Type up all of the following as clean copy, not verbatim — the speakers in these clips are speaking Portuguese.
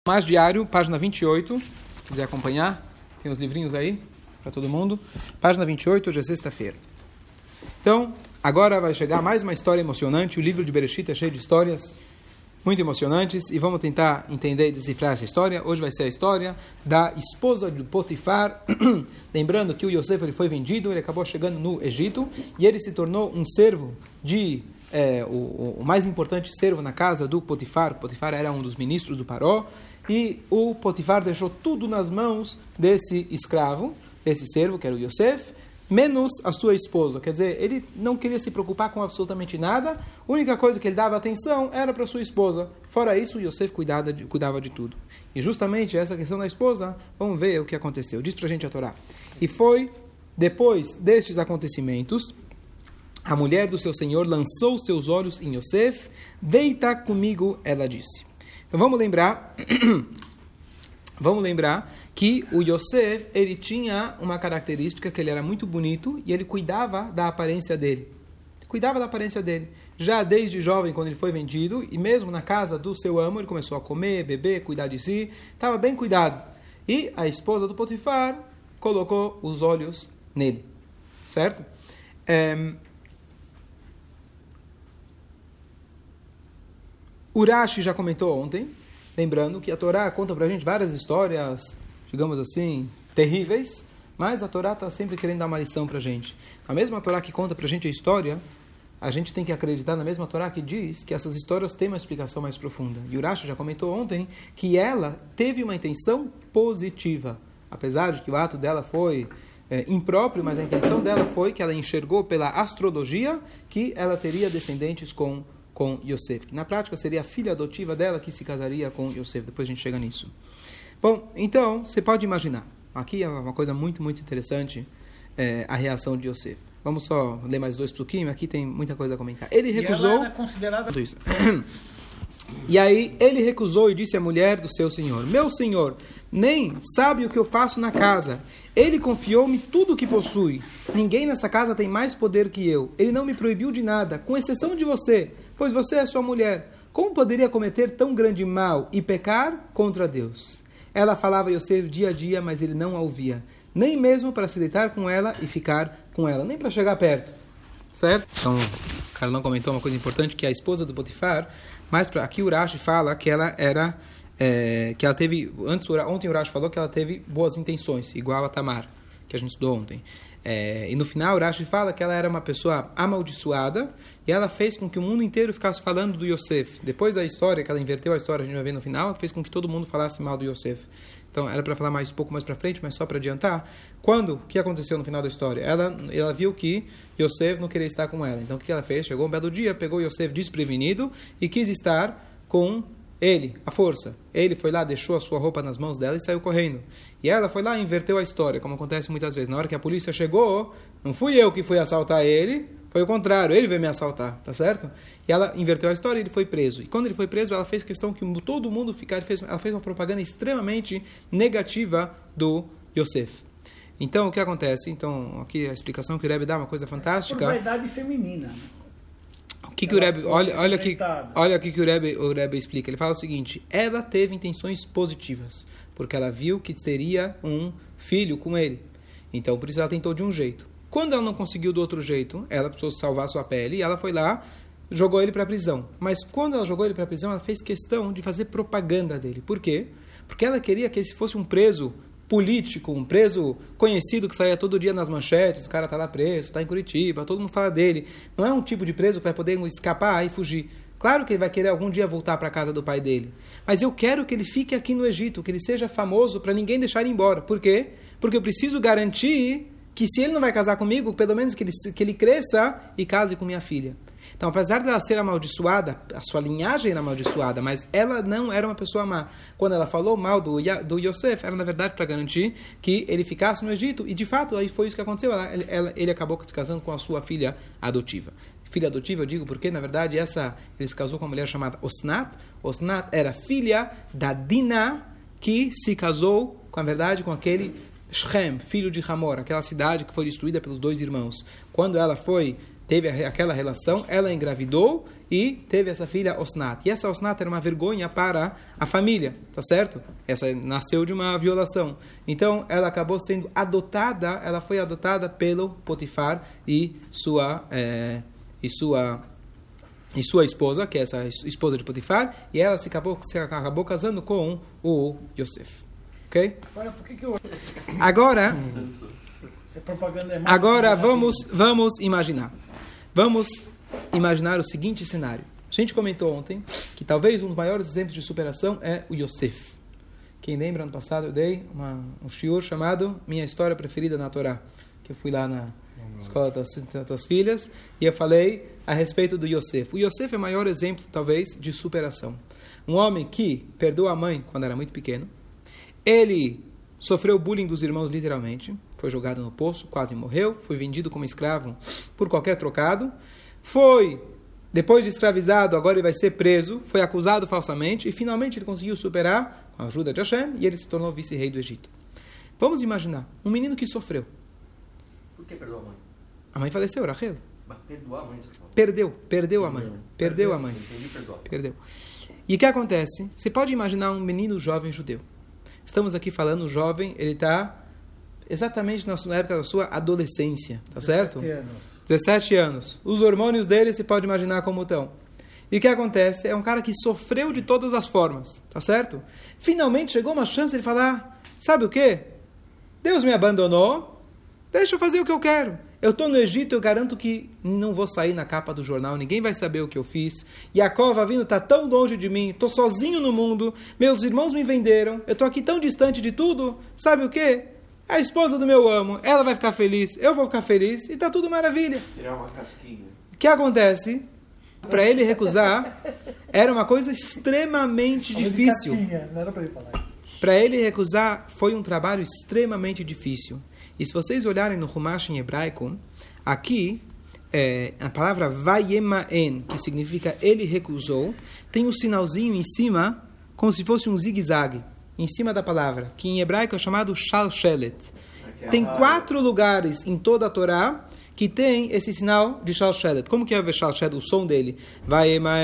Mais diário, página 28, quiser acompanhar, tem os livrinhos aí para todo mundo. Página 28, hoje é sexta-feira. Então, agora vai chegar mais uma história emocionante. O livro de Bereshit é cheio de histórias muito emocionantes e vamos tentar entender e decifrar essa história. Hoje vai ser a história da esposa de Potifar. Lembrando que o Yosef ele foi vendido, ele acabou chegando no Egito e ele se tornou um servo de... o mais importante servo na casa do Potifar. Potifar era um dos ministros do Paró. E o Potifar deixou tudo nas mãos desse escravo, desse servo, que era o Yosef, menos a sua esposa. Quer dizer, ele não queria se preocupar com absolutamente nada. A única coisa que ele dava atenção era para sua esposa. Fora isso, o Yosef cuidava de tudo. E justamente essa questão da esposa, vamos ver o que aconteceu. Diz para a gente a Torá. E foi depois destes acontecimentos... A mulher do seu senhor lançou seus olhos em Yosef. Deita comigo, ela disse. Então vamos lembrar que o Yosef, ele tinha uma característica que ele era muito bonito e ele cuidava da aparência dele. Já desde jovem, quando ele foi vendido, e mesmo na casa do seu amo, ele começou a comer, beber, cuidar de si. Estava bem cuidado. E a esposa do Potifar colocou os olhos nele. Certo? Urashi já comentou ontem, lembrando que a Torá conta pra gente várias histórias, digamos assim, terríveis, mas a Torá está sempre querendo dar uma lição pra gente. A mesma Torá que conta pra gente a história, a gente tem que acreditar na mesma Torá que diz que essas histórias têm uma explicação mais profunda. E Urashi já comentou ontem que ela teve uma intenção positiva, apesar de que o ato dela foi impróprio, mas a intenção dela foi que ela enxergou pela astrologia que ela teria descendentes com Yosef, que na prática seria a filha adotiva dela que se casaria com Yosef. Depois a gente chega nisso. Bom, então, você pode imaginar. Aqui é uma coisa muito, muito interessante, a reação de Yosef. Vamos só ler mais 2 pluquinhos, aqui tem muita coisa a comentar. Ele recusou... E ela era considerada... Isso. E aí, ele recusou e disse à mulher do seu senhor: meu senhor, nem sabe o que eu faço na casa. Ele confiou-me tudo o que possui. Ninguém nessa casa tem mais poder que eu. Ele não me proibiu de nada, com exceção de você, pois você é sua mulher. Como poderia cometer tão grande mal e pecar contra Deus? Ela falava a Yosef dia a dia, mas ele não a ouvia. Nem mesmo para se deitar com ela e ficar com ela, nem para chegar perto. Certo? Então, o cara não comentou uma coisa importante, que a esposa do Potifar, mas aqui o Urashi fala que ela era... que ela teve... Ontem o Urashi falou que ela teve boas intenções, igual a Tamar, que a gente estudou ontem. E no final, Urashi fala que ela era uma pessoa amaldiçoada e ela fez com que o mundo inteiro ficasse falando do Yosef. Depois da história, que ela inverteu a história, a gente vai ver no final, ela fez com que todo mundo falasse mal do Yosef. Então, era para falar um pouco mais para frente, mas só para adiantar. O que aconteceu no final da história? Ela viu que Yosef não queria estar com ela. Então, o que ela fez? Chegou um belo dia, pegou Yosef desprevenido e quis estar com ele, à força. Ele foi lá, deixou a sua roupa nas mãos dela e saiu correndo. E ela foi lá e inverteu a história, como acontece muitas vezes. Na hora que a polícia chegou, não fui eu que fui assaltar ele, foi o contrário, ele veio me assaltar, tá certo? E ela inverteu a história e ele foi preso. E quando ele foi preso, ela fez questão que todo mundo ela fez uma propaganda extremamente negativa do Yosef. Então, o que acontece? Então, aqui a explicação que o Rebbe dá é uma coisa fantástica. Por vaidade feminina. O que o Rebbe, olha aqui que o Rebbe explica. Ele fala o seguinte: ela teve intenções positivas, porque ela viu que teria um filho com ele. Então, por isso ela tentou de um jeito. Quando ela não conseguiu do outro jeito, ela precisou salvar sua pele e ela foi lá, jogou ele para a prisão. Mas quando ela jogou ele para a prisão, ela fez questão de fazer propaganda dele. Por quê? Porque ela queria que esse fosse um preso político, um preso conhecido que saía todo dia nas manchetes, o cara está lá preso, está em Curitiba, todo mundo fala dele. Não é um tipo de preso que vai poder escapar e fugir. Claro que ele vai querer algum dia voltar para a casa do pai dele. Mas eu quero que ele fique aqui no Egito, que ele seja famoso para ninguém deixar ele embora. Por quê? Porque eu preciso garantir que se ele não vai casar comigo, pelo menos que ele cresça e case com minha filha. Então, apesar dela ser amaldiçoada, a sua linhagem era amaldiçoada, mas ela não era uma pessoa má. Quando ela falou mal do Yosef, era na verdade para garantir que ele ficasse no Egito. E de fato, aí foi isso que aconteceu. Ele acabou se casando com a sua filha adotiva. Filha adotiva, eu digo, porque na verdade ele se casou com uma mulher chamada Osnat. Osnat era filha da Dinah, que se casou, com aquele Shem, filho de Hamor, aquela cidade que foi destruída pelos 2 irmãos. Quando ela foi teve aquela relação, ela engravidou e teve essa filha Osnat. E essa Osnat era uma vergonha para a família, tá certo? Essa nasceu de uma violação. Então, ela acabou sendo adotada, ela foi adotada pelo Potifar e sua esposa, que é essa esposa de Potifar, e ela se acabou casando com o Yosef. Ok? Agora, por que eu... Agora vamos imaginar. Vamos imaginar o seguinte cenário. A gente comentou ontem que talvez um dos maiores exemplos de superação é o Yosef. Quem lembra, ano passado eu dei um shiur chamado Minha História Preferida na Torá, que eu fui lá na escola das tuas filhas e eu falei a respeito do Yosef. O Yosef é o maior exemplo, talvez, de superação. Um homem que perdeu a mãe quando era muito pequeno. Ele sofreu bullying dos irmãos, literalmente. Foi jogado no poço, quase morreu. Foi vendido como escravo por qualquer trocado. Depois de escravizado, agora ele vai ser preso. Foi acusado falsamente. E finalmente ele conseguiu superar com a ajuda de Hashem. E ele se tornou vice-rei do Egito. Vamos imaginar um menino que sofreu. Por que perdeu a mãe? A mãe faleceu, Rachel. Mas perdoou a mãe? Perdeu a mãe. Perdeu a mãe. Perdeu. E o que acontece? Você pode imaginar um menino jovem judeu. Estamos aqui falando, o jovem, ele está exatamente na época da sua adolescência, tá certo? 17 anos. Os hormônios dele, você pode imaginar como estão. E o que acontece? É um cara que sofreu de todas as formas, tá certo? Finalmente chegou uma chance de falar, sabe o quê? Deus me abandonou, deixa eu fazer o que eu quero. Eu estou no Egito, eu garanto que não vou sair na capa do jornal, ninguém vai saber o que eu fiz. Yaakov Avinu está tão longe de mim, estou sozinho no mundo, meus irmãos me venderam, eu estou aqui tão distante de tudo. Sabe o quê? A esposa do meu amo, ela vai ficar feliz, eu vou ficar feliz e está tudo maravilha. Tirar uma casquinha. O que acontece? Para ele recusar, era uma coisa extremamente difícil. Não era para ele falar. Para ele recusar, foi um trabalho extremamente difícil. E se vocês olharem no Humash em hebraico, aqui, a palavra vayemaen, que significa ele recusou, tem um sinalzinho em cima, como se fosse um zigue-zague, em cima da palavra, que em hebraico é chamado shalshelet. Tem 4 lugares em toda a Torá que tem esse sinal de shalshelet. Como que é o shalshelet, o som dele? Vayemaen.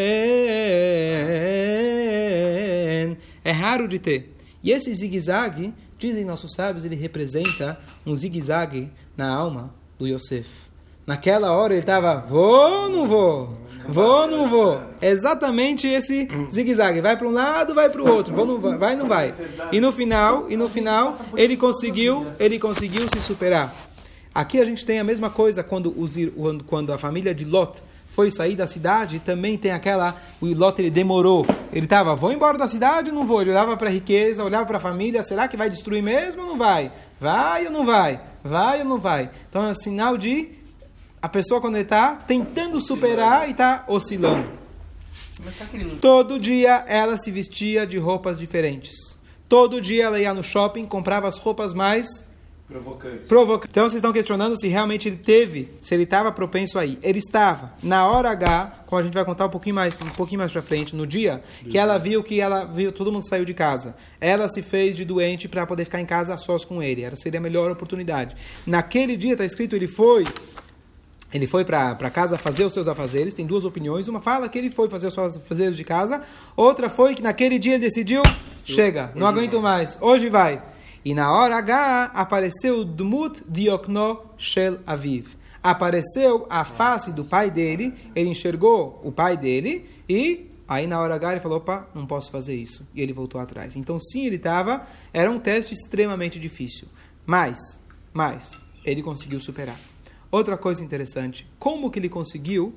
É raro de ter. E esse zigue-zague, dizem nossos sábios, ele representa um zigue-zague na alma do Yosef. Naquela hora ele estava, vou ou não vou? Vou ou não vou? Exatamente esse zigue-zague. Vai para um lado, vai para o outro. Vou, não vai, vai, não vai. E no final, ele conseguiu se superar. Aqui a gente tem a mesma coisa quando a família de Lot foi sair da cidade, também tem o Lot ele demorou, ele estava, vou embora da cidade ou não vou? Ele olhava para a riqueza, olhava para a família, será que vai destruir mesmo ou não vai? Vai ou não vai? Vai ou não vai? Então é um sinal de a pessoa quando ele está tentando superar e está oscilando. Todo dia ela se vestia de roupas diferentes. Todo dia ela ia no shopping, comprava as roupas mais provocantes. Então vocês estão questionando se realmente se ele estava propenso aí. Ele estava. Na hora H, como a gente vai contar um pouquinho mais para frente, no dia que ela viu todo mundo saiu de casa. Ela se fez de doente para poder ficar em casa a sós com ele. Essa seria a melhor oportunidade. Naquele dia está escrito, ele foi para casa fazer os seus afazeres. Tem 2 opiniões. Uma fala que ele foi fazer os seus afazeres de casa. Outra foi que naquele dia ele decidiu, chega, não aguento mais, hoje vai. E na hora H apareceu Dmut Diokno Shel Aviv. Apareceu a face do pai dele, ele enxergou o pai dele e aí na hora H ele falou, opa, não posso fazer isso. E ele voltou atrás. Então sim, era um teste extremamente difícil. Mas ele conseguiu superar. Outra coisa interessante, como que ele conseguiu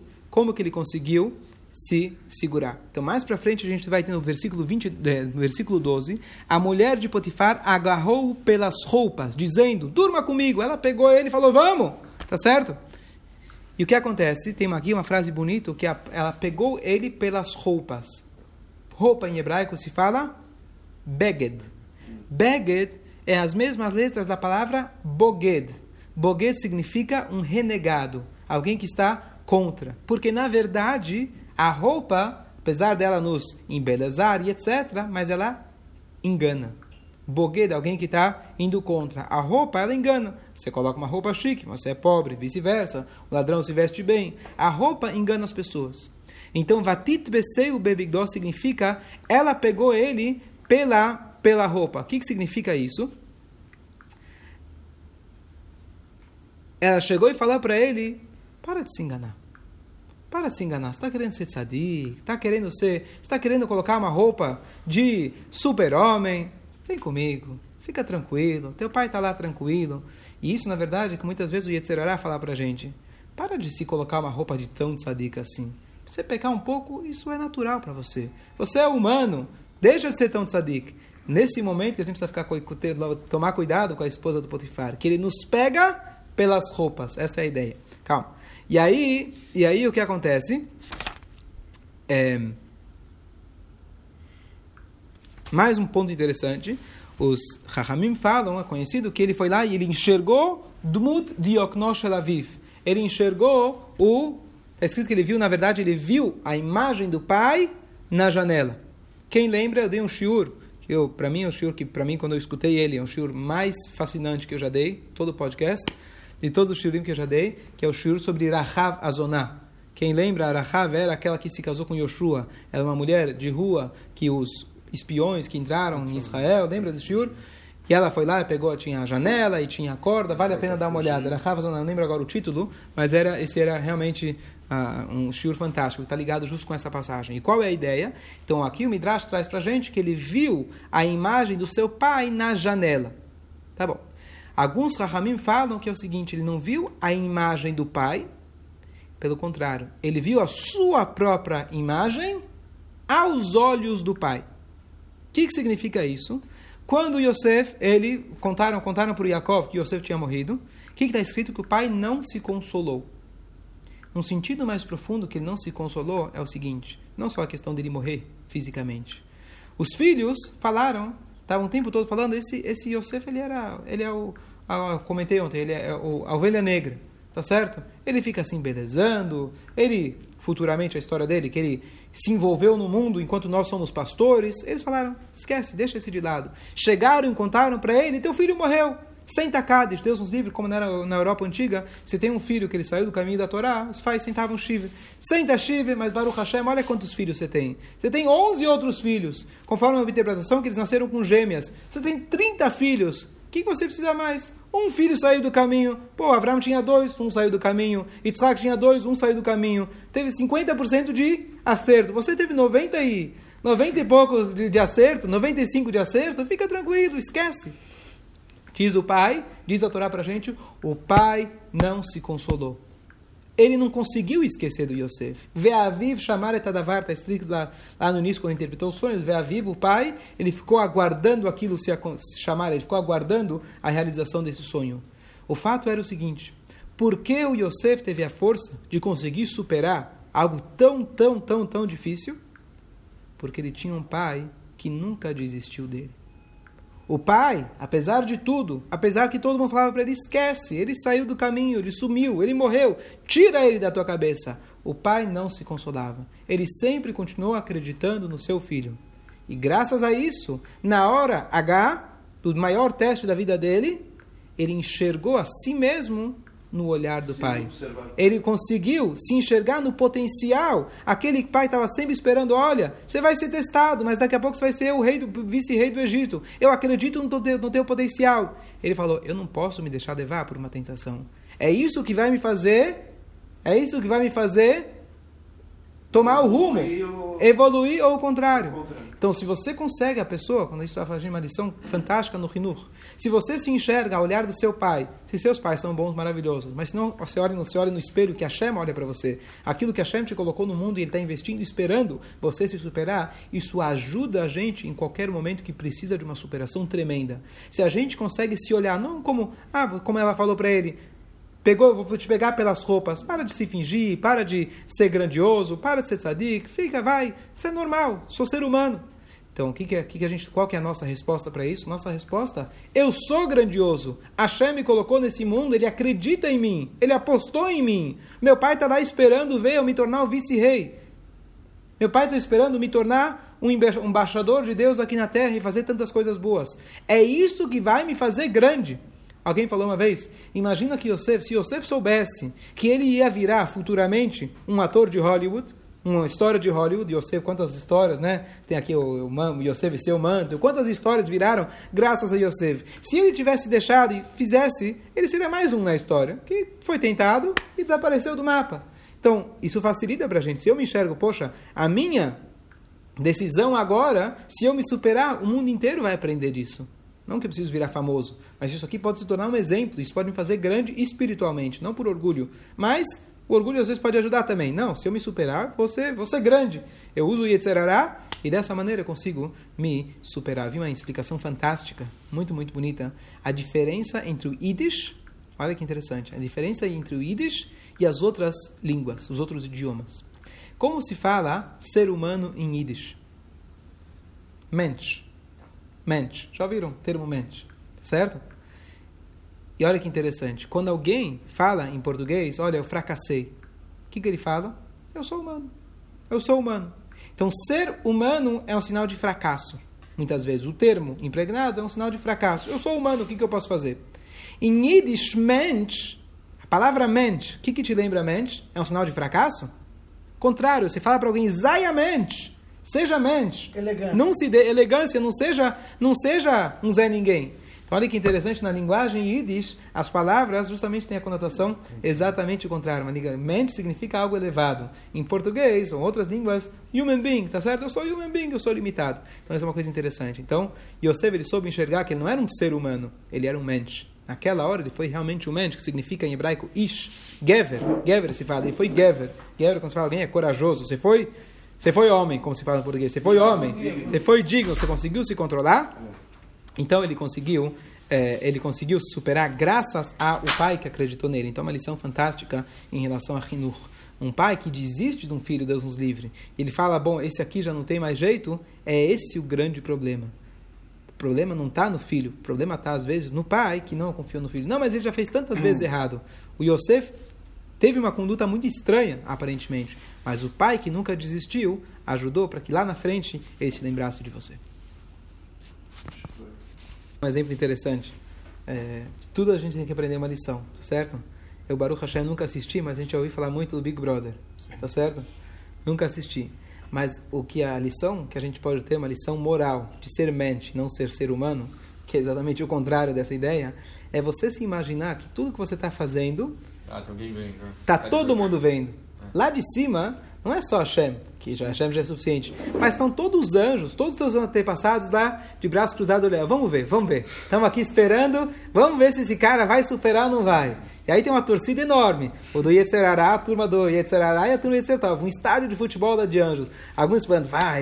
se segurar. Então, mais para frente, a gente vai ter no versículo 12, a mulher de Potifar agarrou-o pelas roupas, dizendo, durma comigo. Ela pegou ele e falou, vamos, tá certo? E o que acontece? Tem aqui uma frase bonita, que ela pegou ele pelas roupas. Roupa em hebraico se fala beged. Beged é as mesmas letras da palavra boged. Boged significa um renegado, alguém que está contra. Porque, na verdade, a roupa, apesar dela nos embelezar e etc., mas ela engana. Boged, alguém que está indo contra. A roupa, ela engana. Você coloca uma roupa chique, mas você é pobre, vice-versa. O ladrão se veste bem. A roupa engana as pessoas. Então, vatit beseu bebigdó significa, ela pegou ele pela roupa. O que significa isso? Ela chegou e falou para ele, para de se enganar. Para de se enganar. Você está querendo ser tzadik? Você está querendo colocar uma roupa de super-homem? Vem comigo. Fica tranquilo. Teu pai está lá tranquilo. E isso, na verdade, é que muitas vezes o Yetzer Hara fala para a gente. Para de se colocar uma roupa de tão tzadik assim. Você pecar um pouco, isso é natural para você. Você é humano. Deixa de ser tão tzadik. Nesse momento que a gente precisa tomar cuidado com a esposa do Potifar. Que ele nos pega pelas roupas. Essa é a ideia. Calma. E aí o que acontece? Mais um ponto interessante. Os Chachamim falam, é conhecido, que ele foi lá e ele enxergou Dmut Diokno Shel Aviv. Ele enxergou está escrito que ele viu, na verdade, ele viu a imagem do pai na janela. Quem lembra, eu dei um shiur, para mim, quando eu escutei ele, é um shiur mais fascinante que eu já dei, todo o podcast, de todos os shiurim que eu já dei, que é o shiur sobre Rahav Azoná. Quem lembra, Rahav era aquela que se casou com Yoshua. Ela é uma mulher de rua que os espiões que entraram em Israel, lembra do shiur? E ela foi lá, tinha a janela e tinha a corda, vale a pena dar uma olhada. Rahav Azoná, não lembro agora o título, mas esse era realmente um shiur fantástico, está ligado justo com essa passagem. E qual é a ideia? Então aqui o Midrash traz para a gente que ele viu a imagem do seu pai na janela. Tá bom. Alguns Rahamim falam que é o seguinte, ele não viu a imagem do pai, pelo contrário, ele viu a sua própria imagem aos olhos do pai. O que significa isso? Quando Yosef, contaram para o Yaakov que Yosef tinha morrido, o que está escrito? Que o pai não se consolou. Um sentido mais profundo que ele não se consolou é o seguinte, não só a questão dele morrer fisicamente. Os filhos estavam o tempo todo falando, esse Yosef, comentei ontem, ele é a ovelha negra, tá certo? Ele fica se embelezando, futuramente a história dele, que ele se envolveu no mundo enquanto nós somos pastores, eles falaram, esquece, deixa esse de lado. Chegaram e contaram para ele, teu filho morreu. Senta Kaddish, Deus nos livre, como era na Europa antiga, se tem um filho que ele saiu do caminho da Torá, os pais sentavam Shiva. Senta Shiva, mas Baruch Hashem, olha quantos filhos você tem. Você tem 11 outros filhos, conforme uma interpretação que eles nasceram com gêmeas. Você tem 30 filhos. O que você precisa mais? Um filho saiu do caminho. Abraão tinha 2, um saiu do caminho. Yitzhak tinha 2, um saiu do caminho. Teve 50% de acerto. Você teve 90 e poucos de acerto, 95 de acerto. Fica tranquilo, esquece. Diz o pai, diz a Torá para a gente, o pai não se consolou. Ele não conseguiu esquecer do Yosef. Ve'aviv chamar etadavar, está escrito lá no início, quando interpretou os sonhos. Ve'aviv, o pai, ele ficou aguardando aquilo se chamar, ele ficou aguardando a realização desse sonho. O fato era o seguinte, por que o Yosef teve a força de conseguir superar algo tão difícil? Porque ele tinha um pai que nunca desistiu dele. O pai, apesar de tudo, apesar que todo mundo falava para ele, esquece, ele saiu do caminho, ele sumiu, ele morreu, tira ele da tua cabeça. O pai não se consolava. Ele sempre continuou acreditando no seu filho. E graças a isso, na hora H, do maior teste da vida dele, ele enxergou a si mesmo no olhar do pai. Ele conseguiu se enxergar no potencial. Aquele pai estava sempre esperando, olha, você vai ser testado, mas daqui a pouco você vai ser o vice-rei do Egito. Eu acredito no teu potencial. Ele falou, eu não posso me deixar levar por uma tentação. É isso que vai me fazer tomar o rumo, evoluir ou o contrário. Então, se você consegue, a pessoa, quando a gente está fazendo uma lição fantástica no Hinur, se você se enxerga ao olhar do seu pai, se seus pais são bons, maravilhosos, mas se não, você olha no espelho que Hashem olha para você, aquilo que Hashem te colocou no mundo e Ele está investindo, esperando você se superar, isso ajuda a gente em qualquer momento que precisa de uma superação tremenda. Se a gente consegue se olhar, não como ela falou para ele, vou te pegar pelas roupas, para de se fingir, para de ser grandioso, para de ser tzadik, isso é normal, sou ser humano. Então, qual que é a nossa resposta para isso? Nossa resposta, eu sou grandioso, Hashem me colocou nesse mundo, Ele acredita em mim, Ele apostou em mim, meu pai está lá esperando ver eu me tornar o vice-rei, meu pai está esperando me tornar um embaixador de Deus aqui na terra e fazer tantas coisas boas. É isso que vai me fazer grande. Alguém falou uma vez, imagina que se Yosef soubesse que ele ia virar futuramente um ator de Hollywood, uma história de Hollywood, Yosef, quantas histórias, né? Tem aqui o Yosef e seu manto, quantas histórias viraram graças a Yosef. Se ele tivesse deixado e fizesse, ele seria mais um na história, que foi tentado e desapareceu do mapa. Então, isso facilita para a gente. Se eu me enxergo, poxa, a minha decisão agora, se eu me superar, o mundo inteiro vai aprender disso. Não que eu preciso virar famoso, mas isso aqui pode se tornar um exemplo, isso pode me fazer grande espiritualmente, não por orgulho, mas o orgulho às vezes pode ajudar também. Não, se eu me superar, vou ser grande. Eu uso o Yetzer Hará e dessa maneira eu consigo me superar. Vi uma explicação fantástica, muito, muito bonita. A diferença entre o Yiddish, olha que interessante, a diferença entre o Yiddish e as outras línguas, os outros idiomas. Como se fala ser humano em Yiddish? Mensch. Mensch. Já ouviram o termo Mensch? Certo? E olha que interessante. Quando alguém fala em português, olha, eu fracassei. O que ele fala? Eu sou humano. Eu sou humano. Então, ser humano é um sinal de fracasso. Muitas vezes o termo impregnado é um sinal de fracasso. Eu sou humano, o que eu posso fazer? Em Yiddish, Mensch, a palavra Mensch, o que te lembra Mensch? É um sinal de fracasso? Contrário, você fala para alguém, Zaya Mensch. Seja Mensch. Elegância. Não se dê elegância, não seja um Zé Ninguém. Então, olha que interessante, na linguagem Yiddish, as palavras justamente têm a conotação exatamente o contrário. Mensch significa algo elevado. Em português, ou outras línguas, human being, tá certo? Eu sou human being, eu sou limitado. Então, essa é uma coisa interessante. Então, Yosef, ele soube enxergar que ele não era um ser humano, ele era um Mensch. Naquela hora, ele foi realmente um Mensch, que significa em hebraico Ish, Gever. Gever se fala, ele foi Gever. Gever, quando se fala alguém, é corajoso. Você foi homem, como se fala em português. Você foi homem. Você foi digno. Você conseguiu se controlar. Então, ele conseguiu se superar graças ao pai que acreditou nele. Então, uma lição fantástica em relação a Hinur. Um pai que desiste de um filho, Deus nos livre. Ele fala, bom, esse aqui já não tem mais jeito. É esse o grande problema. O problema não está no filho. O problema está, às vezes, no pai que não confiou no filho. Não, mas ele já fez tantas vezes errado. O Yosef teve uma conduta muito estranha, aparentemente. Mas o pai que nunca desistiu, ajudou para que lá na frente ele se lembrasse de você. Um exemplo interessante. Tudo a gente tem que aprender uma lição, certo? Eu, Baruch Hashem, nunca assisti, mas a gente já ouviu falar muito do Big Brother, tá certo? Nunca assisti. Mas a lição que a gente pode ter, uma lição moral, de ser mente, não ser humano, que é exatamente o contrário dessa ideia, é você se imaginar que tudo que você está fazendo, tem alguém vendo, né? Está todo mundo vendo. Lá de cima, não é só Hashem, que Hashem já é suficiente, mas estão todos os anjos, todos os teus antepassados lá, de braços cruzados, olhando. Vamos ver. Estamos aqui esperando, vamos ver se esse cara vai superar ou não vai. E aí tem uma torcida enorme. O do Yetzer Hará, a turma do Yetzer Hará e a turma do Yetzer Tov. Um estádio de futebol lá de anjos. Alguns falando, vai.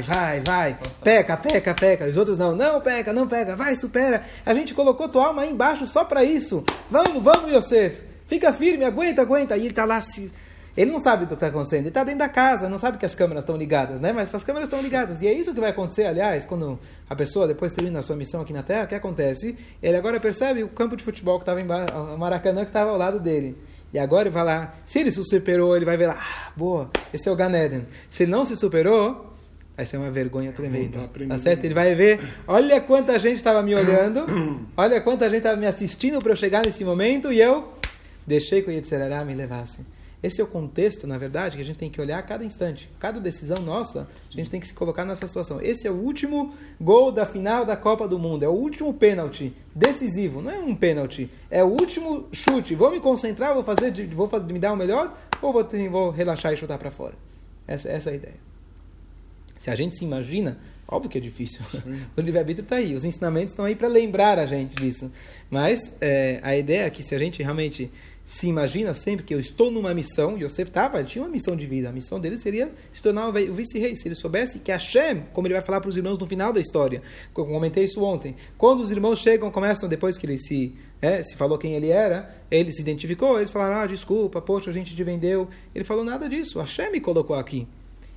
Peca. Os outros não peca, vai, supera. A gente colocou tua alma aí embaixo só para isso. Vamos, Yosef. Fica firme, aguenta. Aí ele está lá Ele não sabe do que está acontecendo. Ele está dentro da casa, não sabe que as câmeras estão ligadas, né? Mas as câmeras estão ligadas. E é isso que vai acontecer, aliás, quando a pessoa depois termina a sua missão aqui na Terra, o que acontece? Ele agora percebe o campo de futebol que estava embaixo, o Maracanã que estava ao lado dele. E agora ele vai lá. Se ele se superou, ele vai ver lá, boa, esse é o Gan Eden. Se ele não se superou, vai ser uma vergonha tremenda. Tá certo? Ele vai ver, olha quanta gente estava me olhando, olha quanta gente estava me assistindo para eu chegar nesse momento e eu deixei que o Yetzer Hará me levasse. Esse é o contexto, na verdade, que a gente tem que olhar a cada instante. Cada decisão nossa, a gente tem que se colocar nessa situação. Esse é o último gol da final da Copa do Mundo. É o último pênalti decisivo. Não é um pênalti. É o último chute. Vou me concentrar, vou me dar o melhor ou vou relaxar e chutar para fora? Essa é a ideia. Se a gente se imagina, óbvio que é difícil. O livre-arbítrio está aí. Os ensinamentos estão aí para lembrar a gente disso. Mas a ideia é que se a gente realmente se imagina sempre que eu estou numa missão, Yosef ele tinha uma missão de vida, a missão dele seria se tornar o vice-rei, se ele soubesse que Hashem, como ele vai falar para os irmãos no final da história, eu comentei isso ontem, quando os irmãos começam, depois que ele se falou quem ele era, ele se identificou, eles falaram, desculpa, poxa, a gente te vendeu, ele falou nada disso, Hashem me colocou aqui.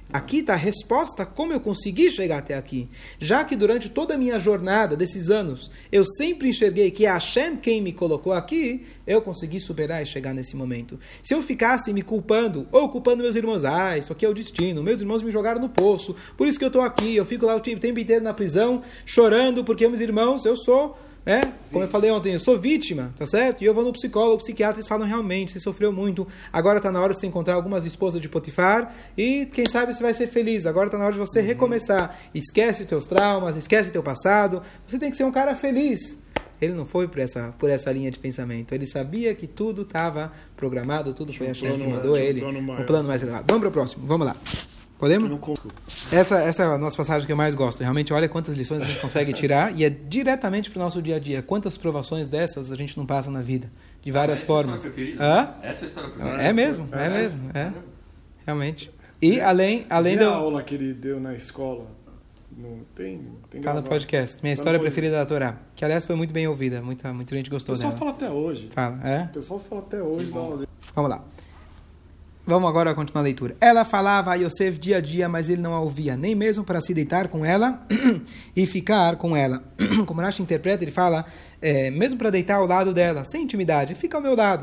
Aqui está a resposta como eu consegui chegar até aqui. Já que durante toda a minha jornada desses anos, eu sempre enxerguei que é Hashem quem me colocou aqui, eu consegui superar e chegar nesse momento. Se eu ficasse me culpando, ou culpando meus irmãos, isso aqui é o destino, meus irmãos me jogaram no poço, por isso que eu estou aqui, eu fico lá o tempo inteiro na prisão, chorando, porque meus irmãos, eu sou... como eu falei ontem, eu sou vítima, tá certo? E eu vou no psicólogo, psiquiatras falam realmente, você sofreu muito, agora está na hora de você encontrar algumas esposas de Potifar e quem sabe você vai ser feliz, agora está na hora de você recomeçar, esquece os teus traumas, esquece o teu passado, você tem que ser um cara feliz. Ele não foi por essa linha de pensamento, ele sabia que tudo estava programado, tudo foi a Hashem que mandou ele, o plano mais elevado. Vamos para o próximo, vamos lá. Podemos? Essa é a nossa passagem que eu mais gosto. Realmente, olha quantas lições a gente consegue tirar e é diretamente para o nosso dia a dia. Quantas provações dessas a gente não passa na vida, de várias formas. Essa é a história preferida. É mesmo. Realmente. E além da aula que ele deu na escola, não tem fala no podcast. Minha história preferida da Torá, que aliás foi muito bem ouvida, muita gente gostou dela. O pessoal fala até hoje. Fala, O pessoal fala até hoje da aula dele. Vamos lá. Vamos agora continuar a leitura. Ela falava a Yosef dia a dia, mas ele não a ouvia, nem mesmo para se deitar com ela e ficar com ela. Como Rashi interpreta, ele fala, mesmo para deitar ao lado dela, sem intimidade, fica ao meu lado.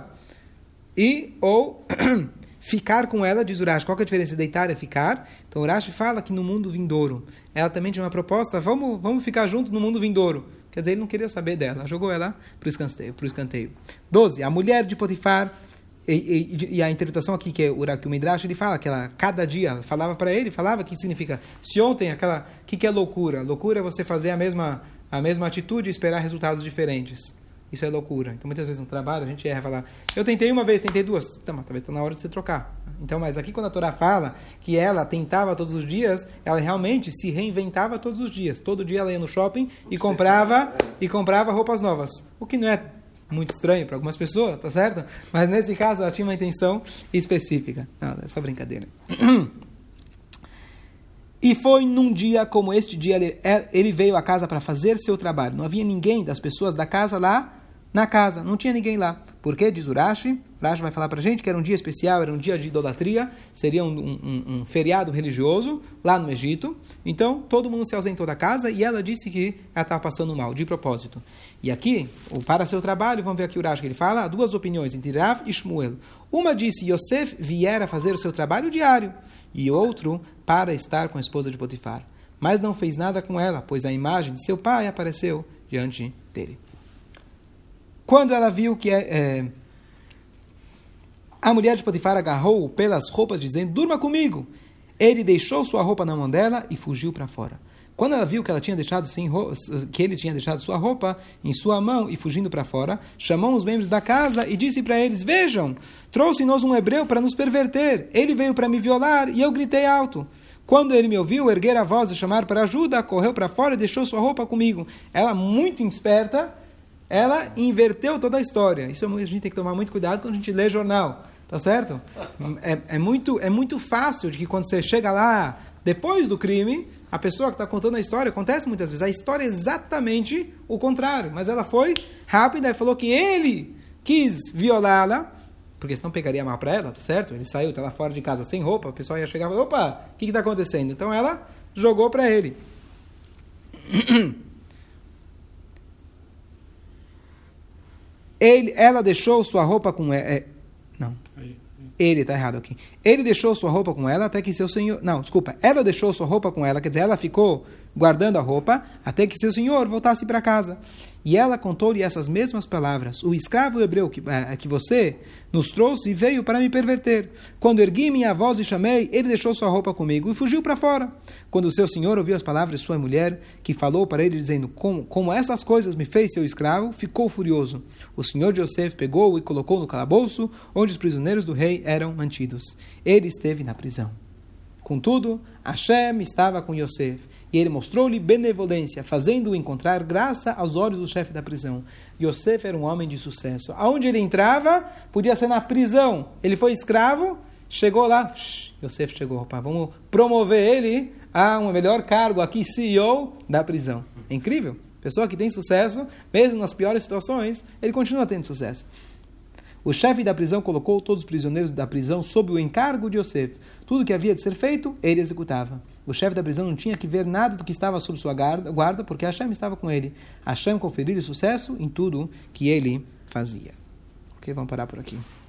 Ou ficar com ela, diz Urashi. Qual que é a diferença de deitar e ficar? Então Urashi fala que no mundo vindouro, ela também tinha uma proposta, vamos ficar junto no mundo vindouro. Quer dizer, ele não queria saber dela, jogou ela para o escanteio. 12. A mulher de Potifar. E a interpretação aqui, que o Midrash, ele fala que ela, cada dia, falava para ele, falava que significa, se ontem aquela, que é loucura? Loucura é você fazer a mesma atitude e esperar resultados diferentes. Isso é loucura. Então, muitas vezes no trabalho, a gente erra, falar, eu tentei uma vez, tentei duas, talvez está na hora de você trocar. Então, mas aqui quando a Torá fala que ela tentava todos os dias, ela realmente se reinventava todos os dias. Todo dia ela ia no shopping e comprava roupas novas. O que não é muito estranho para algumas pessoas, tá certo? Mas nesse caso ela tinha uma intenção específica. Não, é só brincadeira. E foi num dia como este dia, ele veio à casa para fazer seu trabalho. Não havia ninguém das pessoas da casa lá na casa, não tinha ninguém lá. Por quê? Diz Urashi vai falar para a gente que era um dia especial, era um dia de idolatria, seria um feriado religioso lá no Egito. Então, todo mundo se ausentou da casa e ela disse que ela estava passando mal, de propósito. E aqui, para seu trabalho, vamos ver aqui o Urashi que ele fala, há duas opiniões entre Rav e Shmuel. Uma disse, Yosef viera fazer o seu trabalho diário, e outro, para estar com a esposa de Potifar. Mas não fez nada com ela, pois a imagem de seu pai apareceu diante dele. Quando ela viu que a mulher de Potifar agarrou-o pelas roupas, dizendo, durma comigo. Ele deixou sua roupa na mão dela e fugiu para fora. Quando ela viu que ele tinha deixado sua roupa em sua mão e fugindo para fora, chamou os membros da casa e disse para eles, vejam, trouxe-nos um hebreu para nos perverter. Ele veio para me violar e eu gritei alto. Quando ele me ouviu erguer a voz e chamar para ajuda, correu para fora e deixou sua roupa comigo. Ela, muito esperta, ela inverteu toda a história. Isso a gente tem que tomar muito cuidado quando a gente lê jornal. Tá certo? É muito fácil de que quando você chega lá, depois do crime, a pessoa que está contando a história, acontece muitas vezes, a história é exatamente o contrário. Mas ela foi rápida e falou que ele quis violá-la, porque senão pegaria mal para ela, tá certo? Ele saiu, está lá fora de casa sem roupa, o pessoal ia chegar e falar, opa, o que está acontecendo? Então ela jogou para ele. Ela deixou sua roupa com... Ele está errado aqui. Ele deixou sua roupa com ela até que seu senhor... Não, desculpa. Ela deixou sua roupa com ela, quer dizer, ela ficou guardando a roupa até que seu senhor voltasse para casa. E ela contou-lhe essas mesmas palavras. O escravo hebreu que você nos trouxe veio para me perverter. Quando ergui minha voz e chamei, ele deixou sua roupa comigo e fugiu para fora. Quando seu senhor ouviu as palavras de sua mulher, que falou para ele dizendo, como essas coisas me fez seu escravo, ficou furioso. O senhor de Yosef pegou-o e colocou no calabouço, onde os prisioneiros do rei eram mantidos. Ele esteve na prisão. Contudo, Hashem estava com Yosef, e ele mostrou-lhe benevolência, fazendo-o encontrar graça aos olhos do chefe da prisão. Yosef era um homem de sucesso. Aonde ele entrava, podia ser na prisão. Ele foi escravo, chegou lá, Yosef chegou, opa, vamos promover ele a um melhor cargo aqui, CEO da prisão. É incrível. Pessoa que tem sucesso, mesmo nas piores situações, ele continua tendo sucesso. O chefe da prisão colocou todos os prisioneiros da prisão sob o encargo de Yosef. Tudo que havia de ser feito, ele executava. O chefe da prisão não tinha que ver nada do que estava sob sua guarda, porque Hashem estava com ele. Hashem conferiu sucesso em tudo que ele fazia. Ok, vamos parar por aqui.